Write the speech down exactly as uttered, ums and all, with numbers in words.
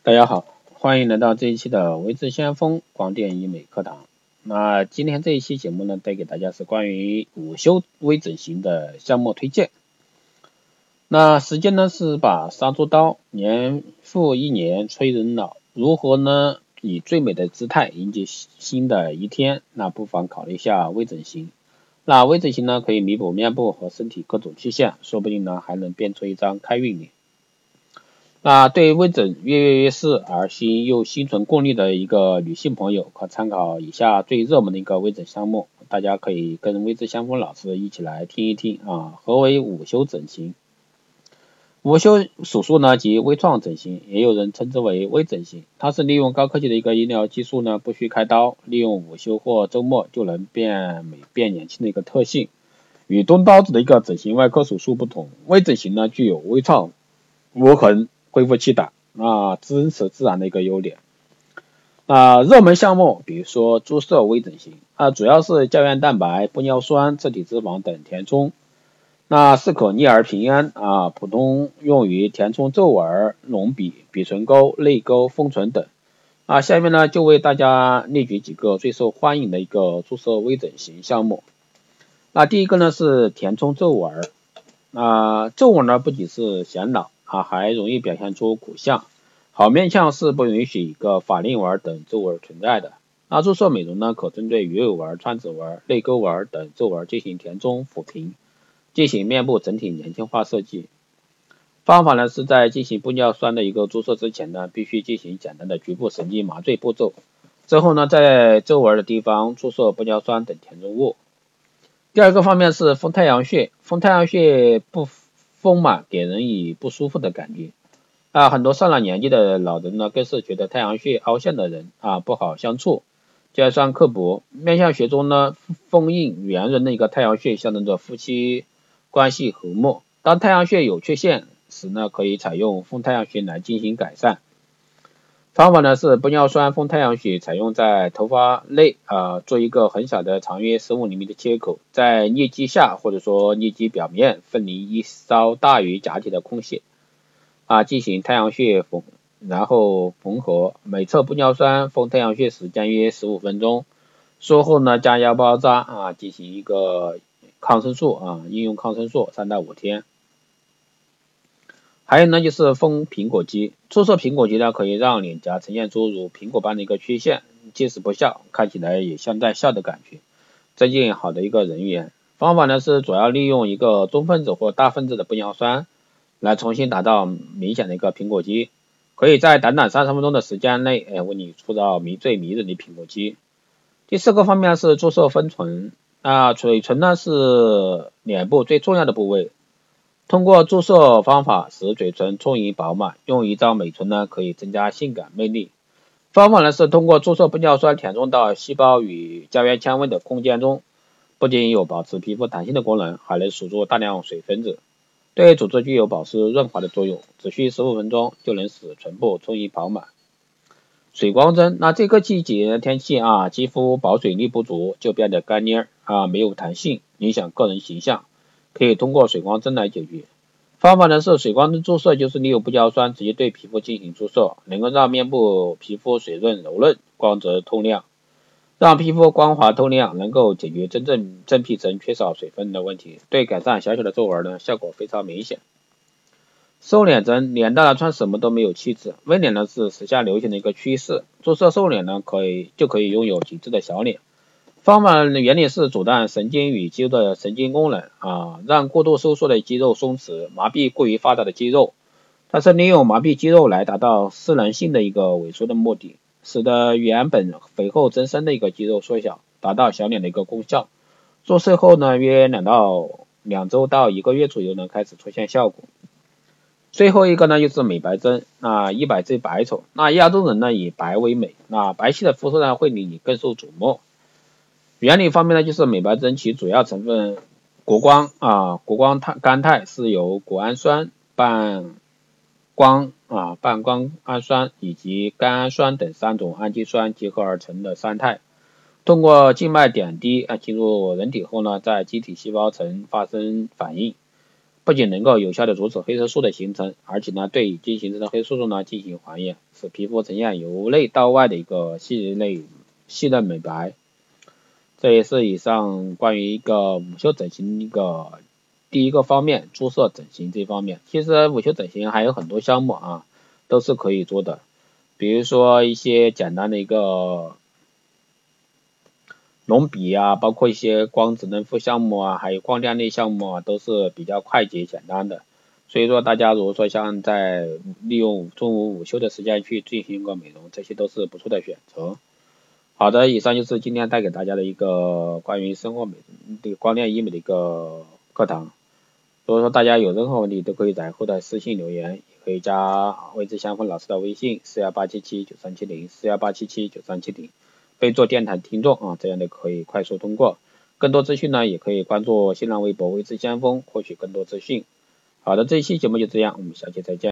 大家好，欢迎来到这一期的微智先锋光电医美课堂。那今天这一期节目呢，带给大家是关于午休微整形的项目推荐。那时间呢是把杀猪刀，年复一年催人老，如何呢以最美的姿态迎接新的一天？那不妨考虑一下微整形。那微整形呢可以弥补面部和身体各种缺陷，说不定呢还能变出一张开运脸。那对于微整跃跃欲试而心又心存顾虑的一个女性朋友，可参考以下最热门的一个微整项目，大家可以跟微智先锋老师一起来听一听啊。何为午休整形？午休手术呢即微创整形，也有人称之为微整形，它是利用高科技的一个医疗技术呢，不需开刀，利用午休或周末就能变美变年轻的一个特性。与动刀子的一个整形外科手术不同，微整形呢具有微创、无痕、恢复期短啊，真实自然的一个优点。啊，热门项目比如说注射微整形啊，主要是胶原蛋白、玻尿酸、自体脂肪等填充，那适可逆而平安啊，普通用于填充皱纹、隆鼻、鼻唇沟、泪沟、丰唇等。啊，下面呢就为大家列举几个最受欢迎的一个注射微整形项目。那第一个呢是填充皱纹，啊，皱纹呢不仅是显老啊，还容易表现出骨相，好面相是不允许一个法令纹等皱纹存在的。那注射美容呢，可针对鱼尾纹、川紫纹、泪沟纹等皱纹进行填充抚平，进行面部整体年轻化设计。方法呢是在进行玻尿酸的一个注射之前呢，必须进行简单的局部神经麻醉步骤，之后呢，在皱纹的地方注射玻尿酸等填充物。第二个方面是丰太阳穴，丰太阳穴不丰满，给人以不舒服的感觉啊，很多上了年纪的老人呢，更是觉得太阳穴凹陷的人啊不好相处，尖酸刻薄。面相学中呢，丰硬圆润的一个太阳穴象征着夫妻关系和睦，当太阳穴有缺陷时呢，可以采用丰太阳穴来进行改善。方法呢是玻尿酸丰太阳穴采用在头发内啊，做一个很小的长约十五厘米的切口，在颞肌下或者说颞肌表面分离一稍大于假体的空隙啊，进行太阳穴缝，然后缝合。每侧玻尿酸丰太阳穴时间约十五分钟。术后呢加腰包扎啊，进行一个抗生素啊，应用抗生素三到五天。还有呢就是丰苹果肌，注射苹果肌呢可以让脸颊呈现出如苹果般的一个曲线，即使不笑，看起来也像在笑的感觉，增进好的一个人缘。方法呢是主要利用一个中分子或大分子的玻尿酸来重新达到明显的一个苹果肌，可以在短短三十分钟的时间内哎为你塑造迷最迷人的苹果肌。第四个方面是注射丰唇啊，嘴唇呢是脸部最重要的部位，通过注射方法使嘴唇充盈饱满，用一张美唇呢可以增加性感魅力。方法呢是通过注射玻尿酸填充到细胞与胶原纤维的空间中，不仅有保持皮肤弹性的功能，还能锁住大量水分子，对组织具有保湿润滑的作用，只需十五分钟就能使唇部充盈饱满。水光针，那这个季节天气啊，肌肤保水力不足，就变得干蔫啊，没有弹性，影响个人形象，可以通过水光针来解决。方法呢是水光针注射，就是利用玻尿酸直接对皮肤进行注射，能够让面部皮肤水润柔嫩、光泽透亮，让皮肤光滑透亮，能够解决真正真皮层缺少水分的问题，对改善小小的皱纹呢效果非常明显。瘦脸针，脸大了穿什么都没有气质，微脸呢是时下流行的一个趋势，注射瘦脸呢可以就可以拥有紧致的小脸。方法的原理是阻断神经与肌肉的神经功能啊，让过度收缩的肌肉松弛，麻痹过于发达的肌肉。它是利用麻痹肌肉来达到失能性的一个萎缩的目的，使得原本肥厚增生的一个肌肉缩小，达到小脸的一个功效。注射后呢，约两到两周到一个月左右呢开始出现效果。最后一个呢就是美白针，那一白遮百丑，那亚洲人呢以白为美，那白皙的肤色呢会令你更受瞩目。原理方面呢就是美白针其主要成分国光啊，国光甘肽是由谷氨酸、半胱啊半胱氨酸以及甘氨酸等三种氨基酸结合而成的三肽，通过静脉点滴啊进入人体后呢，在机体细胞层发生反应， 不仅能够有效的阻止黑色素的形成，而且呢对已经形成的黑色素呢进行还原，使皮肤呈现由内到外的一个细内细嫩美白。这也是以上关于一个午休整形一个第一个方面，注射整形这方面。其实午休整形还有很多项目啊，都是可以做的，比如说一些简单的一个隆鼻啊，包括一些光子嫩肤项目啊，还有光电类项目啊，都是比较快捷简单的。所以说大家如果说像在利用中午午休的时间去进行一个美容，这些都是不错的选择。好的，以上就是今天带给大家的一个关于生活美这个光电医美的一个课堂。如果说大家有任何问题，都可以在后台私信留言，也可以加魏志相锋老师的微信四一八七七九三七零四一八七七九三七零，备注电台听众啊，这样的可以快速通过。更多资讯呢，也可以关注新浪微博魏志相锋，获取更多资讯。好的，这一期节目就这样，我们下期再见。